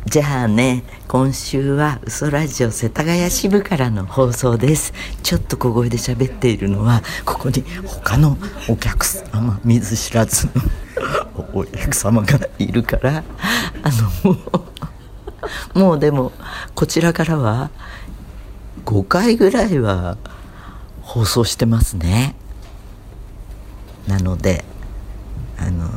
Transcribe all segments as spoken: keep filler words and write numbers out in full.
じゃあね、今週は嘘ラジオ世田谷支部からの放送です。ちょっと小声で喋っているのは、ここに他のお客様、見ず知らずのお客様がいるから、あのもうでもこちらからはごかいぐらいは放送してますね。なのであの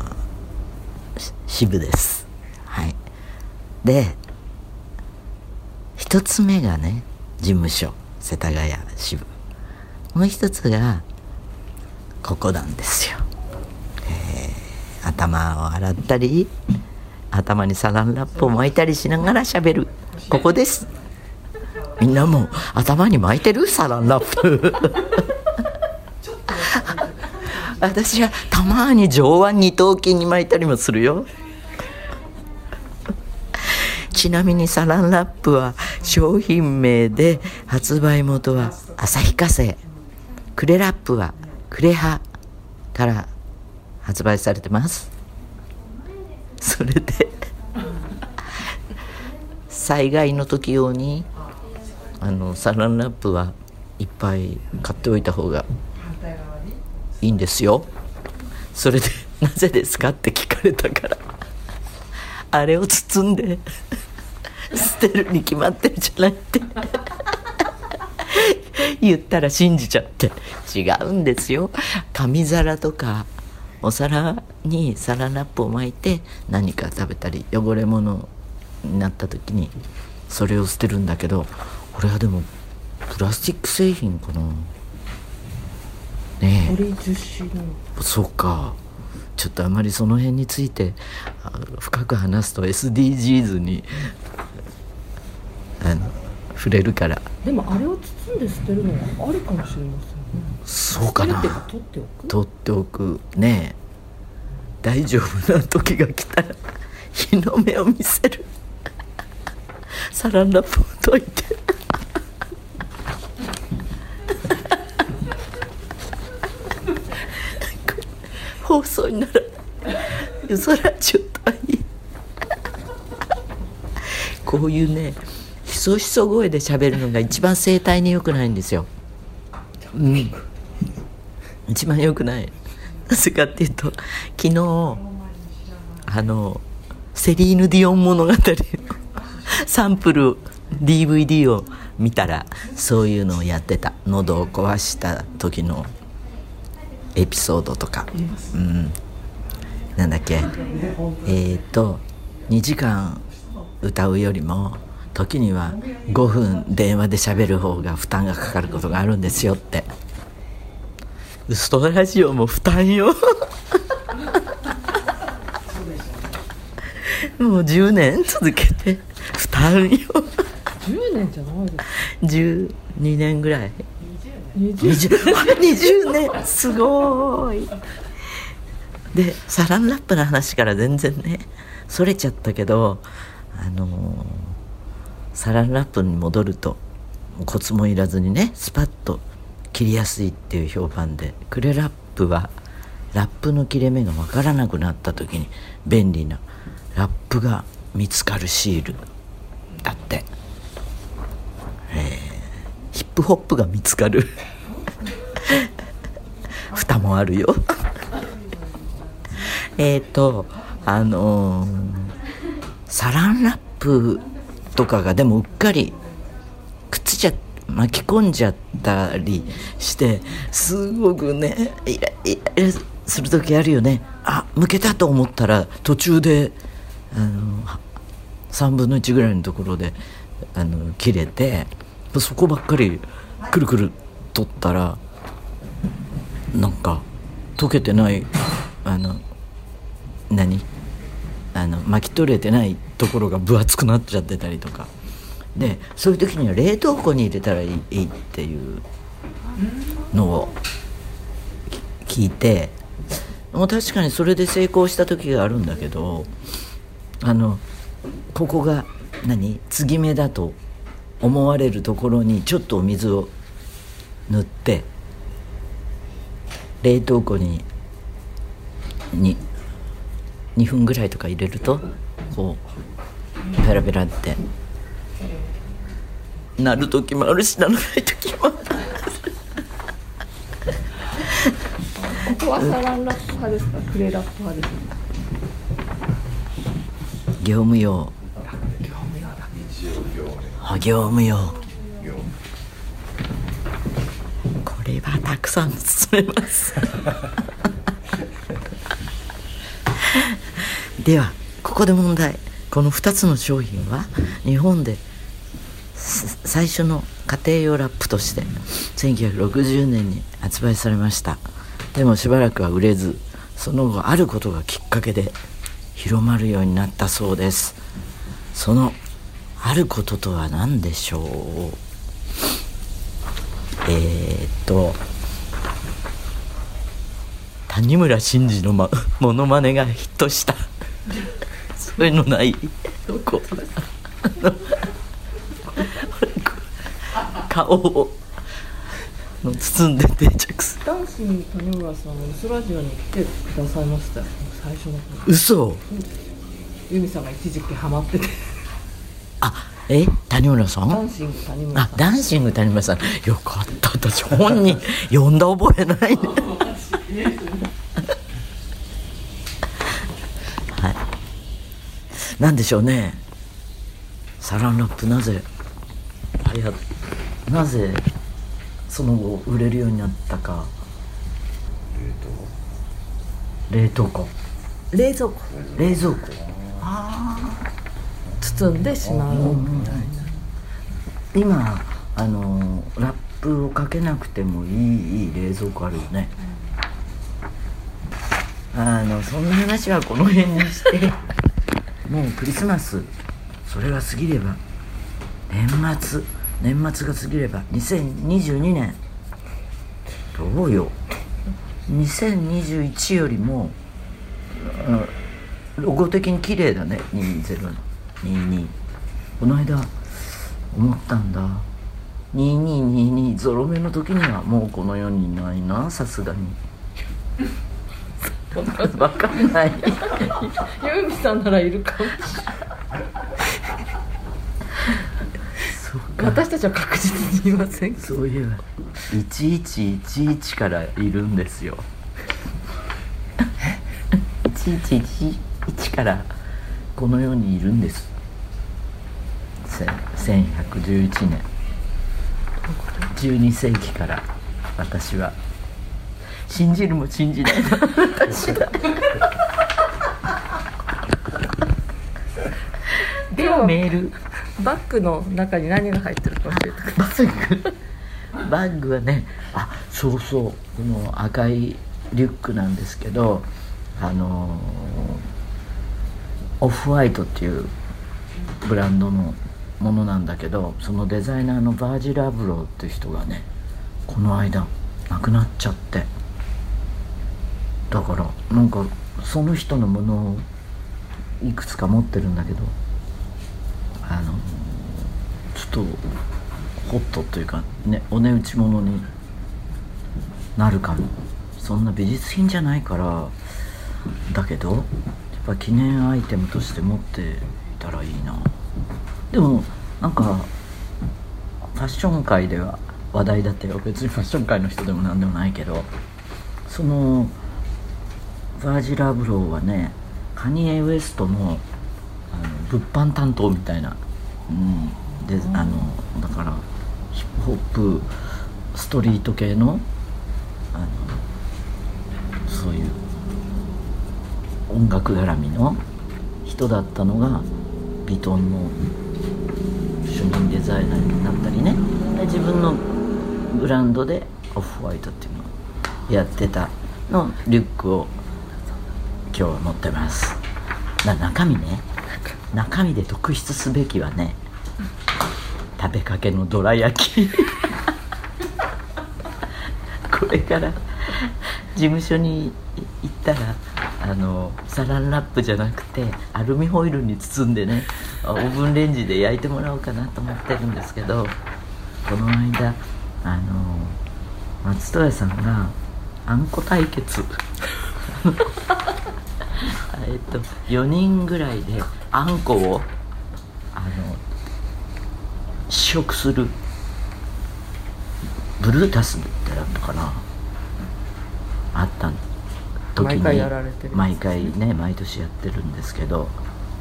支部です。はい。で一つ目がね、事務所世田谷支部、もう一つがここなんですよ。えー、頭を洗ったり頭にサランラップを巻いたりしながら喋る、ここです。みんなも頭に巻いてるサランラップ私はたまに上腕二頭筋に巻いたりもするよ。ちなみにサランラップは商品名で、発売元は旭化成、クレラップはクレハから発売されてます。それで災害の時用にあのサランラップはいっぱい買っておいた方がいいんですよ。それでなぜですかって聞かれたから、あれを包んで捨てるに決まってるじゃないって言ったら信じちゃって、違うんですよ。紙皿とかお皿にサランラップを巻いて何か食べたり汚れ物になった時にそれを捨てるんだけど、これはでもプラスチック製品かなねえ。 これ樹脂の。 そうか。ちょっとあまりその辺について深く話すと エスディージーズ にあの触れるから。 でもあれを包んで捨てるのはありかもしれませんね。 そうかな。 捨てるっていうか取っておく。 取っておくねえ。大丈夫な時が来たら日の目を見せるサランラップを解いて放送になら嘘ラジオとはいいこういうね、ひそひそ声で喋るのが一番声帯に良くないんですよ。うん、一番良くない。なぜかっていうと、昨日あのセリーヌ・ディオン物語のサンプル ディーブイディー を見たら、そういうのをやってた。喉を壊した時のエピソードとか、うん、なんだっけ、えーとにじかん歌うよりも時にはごふん電話で喋る方が負担がかかることがあるんですよって。嘘ラジオも負担よもうじゅうねん続けて負担よじゅうねんじゃないですか。 じゅうにねんぐらい。 にじゅうにじゅうねんすごい。でサランラップの話から全然ねそれちゃったけど、あのー、サランラップに戻るとコツもいらずにねスパッと切りやすいっていう評判で、クレラップはラップの切れ目が分からなくなった時に便利なラップが見つかるシールだって、えー、ヒップホップが見つかる蓋もあるよえっとあのー、サランラップとかがでもうっかりくっついちゃ巻き込んじゃったりしてすごくねイライラする時あるよね。あ、剥けたと思ったら途中であのさんぶんのいちぐらいのところであの切れて、そこばっかりくるくる取ったらなんか溶けてないあの何あの巻き取れてないところが分厚くなっちゃってたりとかで、そういう時には冷凍庫に入れたらいい、いいっていうのを聞いて、もう確かにそれで成功した時があるんだけど、あのここが何継ぎ目だと思われるところにちょっとお水を塗って冷凍庫にににふんぐらいとか入れるとこうペラペラってなる時もあるしならない時もある。 ここはサランラップ派ですか、クレーラップ派ですか？ 業務用。あ、業務用。これはたくさん包めますではここで問題。このふたつの商品は日本で最初の家庭用ラップとしてせんきゅうひゃくろくじゅうねんに発売されました。でもしばらくは売れず、その後あることがきっかけで広まるようになったそうです。そのあることとは何でしょう。えー、っと谷村新司の、ま、モノマネがヒットしたそういうのない？どこ顔をの包んで定着する。 ダンスに谷村さんはウソラジオに来てくださいましたよ、最初の頃。 嘘。 ユミさんが一時期ハマってて。 あ、え、谷村さん？ ダンシング谷村さん。 あ、ダンシング谷村さん。よかった。私本人呼んだ覚えないねはい。なんでしょうね。サランラップなぜはやなぜその後売れるようになったか。冷凍庫。 冷蔵庫。 冷蔵庫。ああ。 包んでしまうみたいな。 今あのラップをかけなくてもいい、いい冷蔵庫あるよね。あのそんな話はこの辺にしてもうクリスマスそれが過ぎれば年末年末が過ぎればにせんにじゅうにねんどうよにせんにじゅういちよりも、うん、ロゴ的に綺麗だね。にせんにじゅうにこの間思ったんだ。にせんにじゅうにゾロ目の時にはもうこの世にいないな、さすがに分かんないユミさんならいるかもしれないそうか、 私たちは確実にいません。 そういえばいちいちいちいちからいるんですよいちいちいちいちからこの世にいるんです。せんひゃくじゅういちねんじゅうに世紀から私は信じるも信じないの私だではメールバッグの中に何が入ってるか教えてください。 バッグバッグはね、あ、そうそう、この赤いリュックなんですけど、あのオフホワイトっていうブランドのものなんだけど、そのデザイナーのバージル・アブローっていう人がねこの間亡くなっちゃって、だからなんかその人のものをいくつか持ってるんだけど、あのちょっとホットというかね、お値打ち物になるかも。そんな美術品じゃないからだけど、やっぱ記念アイテムとして持っていたらいいな。でもなんかファッション界では話題だったよ。別にファッション界の人でもなんでもないけど、そのバージル・アブローはね、カニエ・ウエストの、あの物販担当みたいな、うん、で、あのだからヒップホップストリート系の、あのそういう音楽絡みの人だったのがヴィトンの主任デザイナーになったりね、で自分のブランドでオフホワイトっていうのをやってたのリュックを今日は持ってます。な中身ね、中身で特筆すべきはね、食べかけのどら焼きこれから事務所に行ったら、あのサランラップじゃなくてアルミホイルに包んでね、オーブンレンジで焼いてもらおうかなと思ってるんですけど、この間あの松任谷さんがあんこ対決えっとよにんぐらいであんこを試食するブルータスってだったかな、あった時に毎回やられてる、 毎回ね毎年やってるんですけど、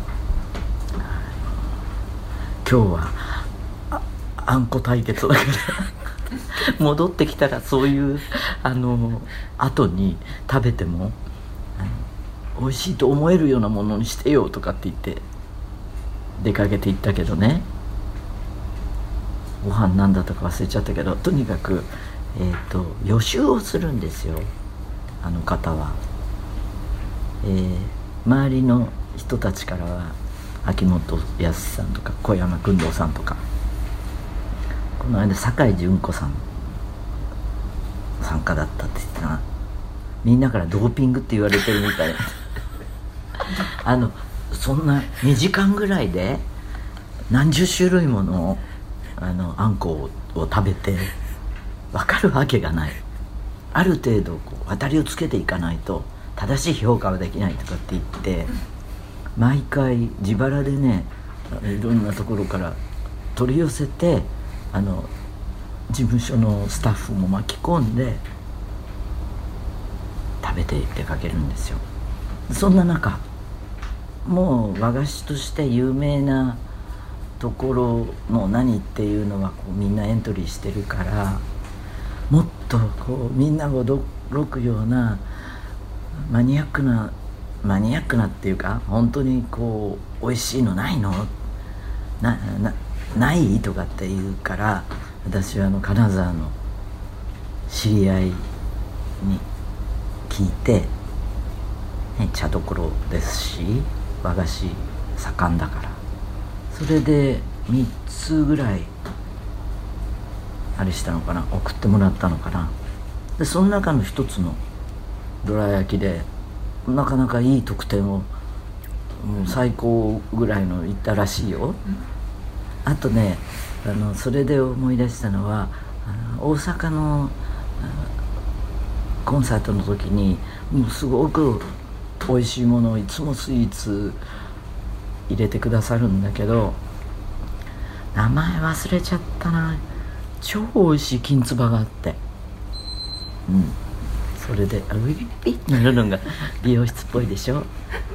今日は あ, あんこ対決だから戻ってきたらそういうあの後に食べてもあの美味しいと思えるようなものにしてよとかって言って出かけていったけどね、ご飯なんだとか忘れちゃったけど、とにかく、えーと、予習をするんですよ、あの方は。えー、周りの人たちからは秋元康さんとか小山君堂さんとか、この間酒井純子さん参加だったって言ってたな。みんなからドーピングって言われてるみたいなあのそんなにじかんぐらいで何十種類ものあのあんこを食べて分かるわけがない。ある程度こう当たりをつけていかないと正しい評価はできないとかって言って、毎回自腹でねいろんなところから取り寄せて、あの事務所のスタッフも巻き込んで食べて出かけるんですよ。そんな中もう和菓子として有名なところの何っていうのはこうみんなエントリーしてるから、もっとこうみんなが驚くようなマニアックなマニアックなっていうか、本当にこう美味しいのないの な, な, ないとかって言うから、私はあの金沢の知り合いに聞いて、ね、茶どころですし和菓子盛んだから、それでみっつぐらいあれしたのかな、送ってもらったのかな。でその中の一つのどら焼きでなかなかいい得点を、もう最高ぐらいのいったらしいよ。あとね、あのそれで思い出したのは、あの大阪のコンサートの時にもうすごく美味しいものをいつもスイーツ入れてくださるんだけど、名前忘れちゃったな。超美味しい金つばがあって、うん、それであウィッピッってなるのが美容室っぽいでしょ。そう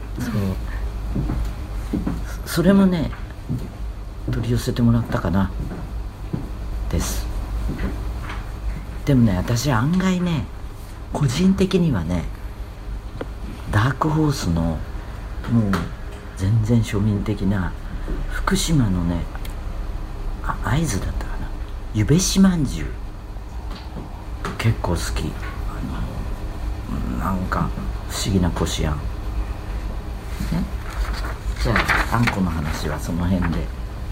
それもね取り寄せてもらったかなです。でもね、私案外ね個人的にはねダークホースのもう全然庶民的な福島のねあ会津だったかな、ゆべしまんじゅう結構好き。あのなんか不思議なこしあんね。じゃああんこの話はその辺で、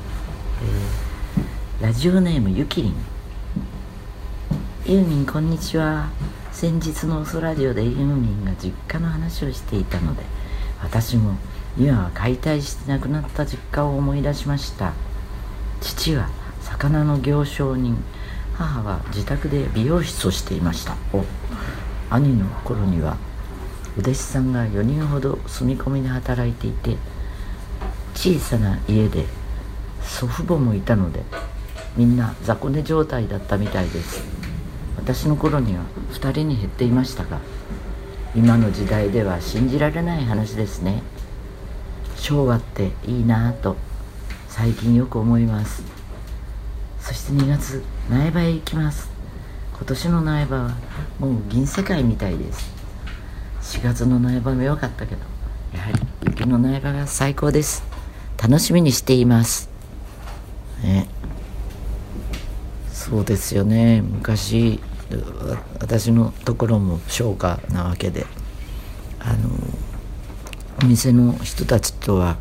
えー、ラジオネームゆきりん。ユーミンこんにちは。先日のおそラジオでユーミンが実家の話をしていたので、私も今は解体して亡くなった実家を思い出しました。父は魚の行商人、母は自宅で美容室をしていました。お兄の頃にはお弟子さんがよにんほど住み込みで働いていて、小さな家で祖父母もいたのでみんな雑魚寝状態だったみたいです。私の頃にはふたりに減っていましたが、今の時代では信じられない話ですね。昭和っていいなぁと最近よく思います。そしてにがつ苗場へ行きます。今年の苗場はもう銀世界みたいです。しがつの苗場も良かったけど、やはり雪の苗場が最高です。楽しみにしています、ね、そうですよね。昔私のところも商家なわけで、あのお店の人たちとは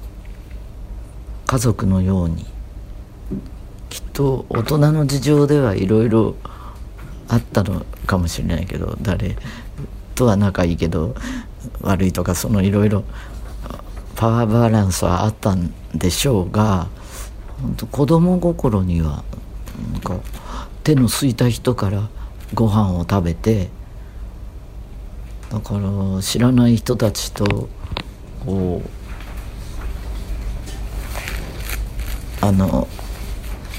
家族のように、きっと大人の事情ではいろいろあったのかもしれないけど、誰とは仲いいけど悪いとか、そのいろいろパワーバランスはあったんでしょうが、本当子供心にはなんか手の空いた人からご飯を食べて、だから知らない人たちとこうあの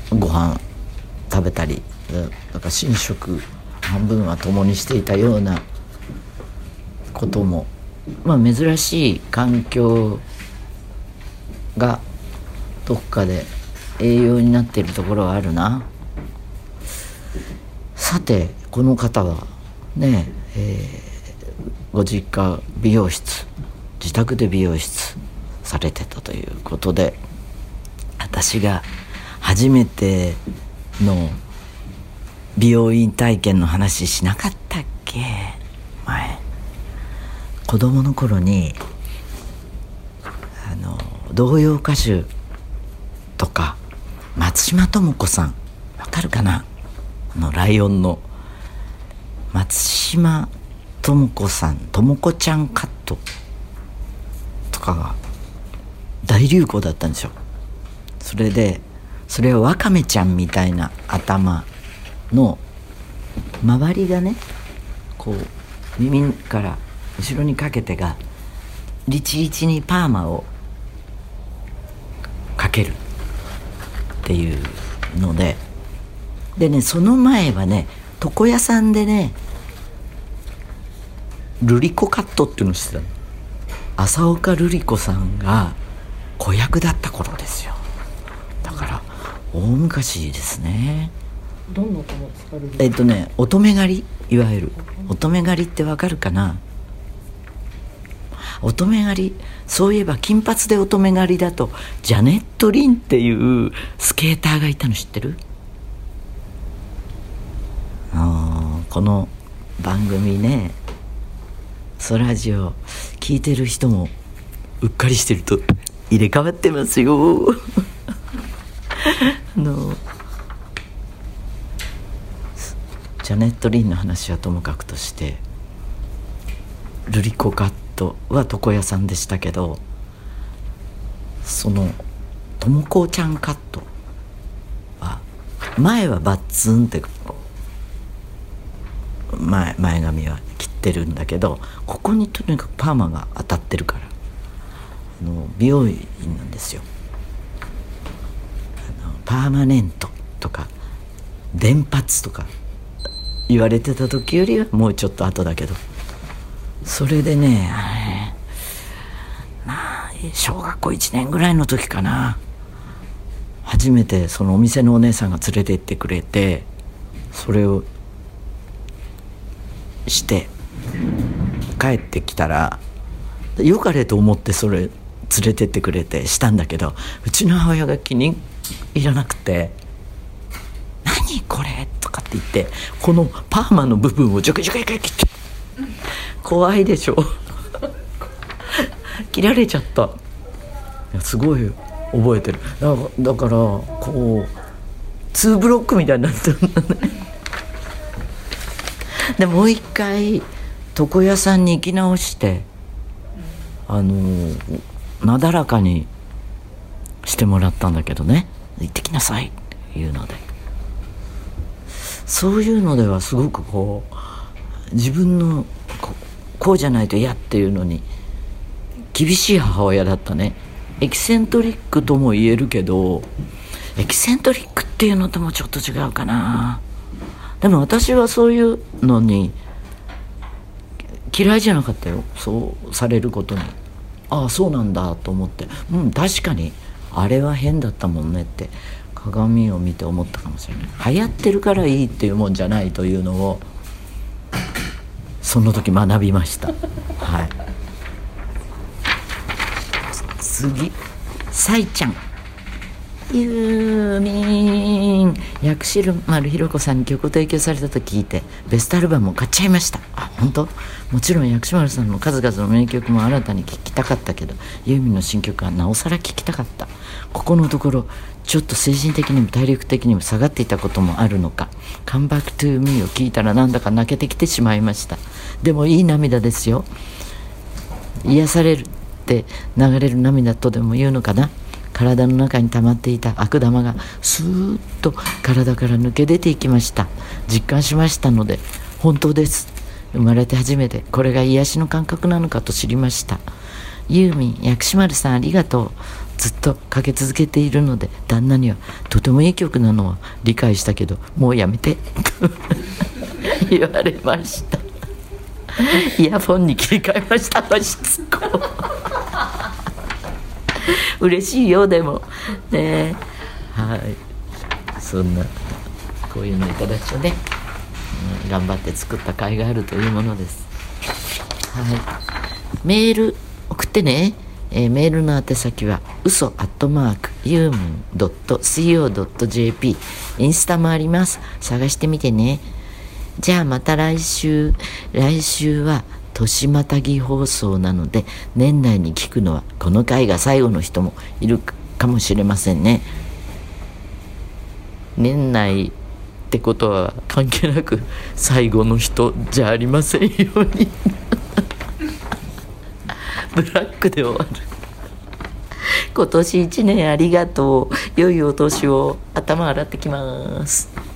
ご飯食べたり、だから寝食半分は共にしていたようなことも、まあ珍しい環境がどっかで栄養になっているところはあるな。さてこの方はね、えー、ご実家美容室、自宅で美容室されてたということで、私が初めての美容院体験の話しなかったっけ。前子供の頃にあの童謡歌手とか松島智子さん、わかるかな、あのライオンの松島智子さん、智子ちゃんカットとかが大流行だったんですよ。それでそれはワカメちゃんみたいな頭の周りがね、こう耳から後ろにかけてがリチリチにパーマをかけるっていうので、でね、その前はね、床屋さんでねルリコカットっていうのをしてたの。浅岡ルリ子さんが子役だった頃ですよ。だから大昔ですね。 どんな音も使う。 えっとね乙女狩り、いわゆる乙女狩りってわかるかな。乙女狩り、そういえば金髪で乙女狩りだとジャネット・リンっていうスケーターがいたの知ってる？あ、この番組ね、ソラジオ聞いてる人もうっかりしてると入れ替わってますよあのジャネット・リンの話はともかくとして、ルリコカットは床屋さんでしたけど、そのともこちゃんカットは前はバッツンって前, 前髪は切ってるんだけど、ここにとにかくパーマが当たってるから、あの美容院なんですよ。あのパーマネントとか電髪とか言われてた時よりはもうちょっと後だけど、それでね、あれまあ小学校いちねんぐらいの時かな、初めてそのお店のお姉さんが連れて行ってくれて、それをして帰ってきたらよかれと思ってそれ連れてってくれてしたんだけど、うちの母親が気に入らなくて、何これとかって言って、このパーマの部分をジョキジョキジョキって、怖いでしょ切られちゃった。いやすごい覚えてる。だから、だからこうツーブロックみたいになってるんだねでもう一回床屋さんに行き直して、あのなだらかにしてもらったんだけどね、行ってきなさいっていうので、そういうのではすごくこう自分の こ, こうじゃないと嫌っていうのに厳しい母親だったね。エキセントリックとも言えるけど、エキセントリックっていうのともちょっと違うかな。でも私はそういうのに嫌いじゃなかったよ、そうされることに。ああそうなんだと思って、うん確かにあれは変だったもんねって鏡を見て思ったかもしれない。流行ってるからいいっていうもんじゃないというのをその時学びましたはい。次、さいちゃん。ユーミン、薬師丸ひろ子さんに曲を提供されたと聞いてベストアルバムを買っちゃいました。あ、本当？もちろん薬師丸さんの数々の名曲も新たに聴きたかったけど、ユーミンの新曲はなおさら聴きたかった。ここのところちょっと精神的にも体力的にも下がっていたこともあるのか、カムバックトゥーミーを聞いたらなんだか泣けてきてしまいました。でもいい涙ですよ。癒されるって流れる涙とでも言うのかな。体の中に溜まっていた悪玉がスーッと体から抜け出ていきました。実感しましたので本当です。生まれて初めてこれが癒しの感覚なのかと知りました。ユーミン、薬師丸さんありがとう。 ずっとかけ続けているので、旦那にはとてもいい曲なのは理解したけどもうやめてと言われました。イヤフォンに切り替えました。しつこ嬉しいよでもね。はい、そんなこういうのいただくとね、うん、頑張って作った甲斐があるというものです。はい、メール送ってね。えー、メールの宛先は嘘アットマークユーモンドットシーオードットジェーピー、 インスタもあります。探してみてね。じゃあまた来週。来週は年またぎ放送なので、年内に聞くのはこの回が最後の人もいるかもしれませんね。年内ってことは関係なく最後の人じゃありませんようにブラックで終わる。今年一年ありがとう。良いお年を。頭洗ってきます。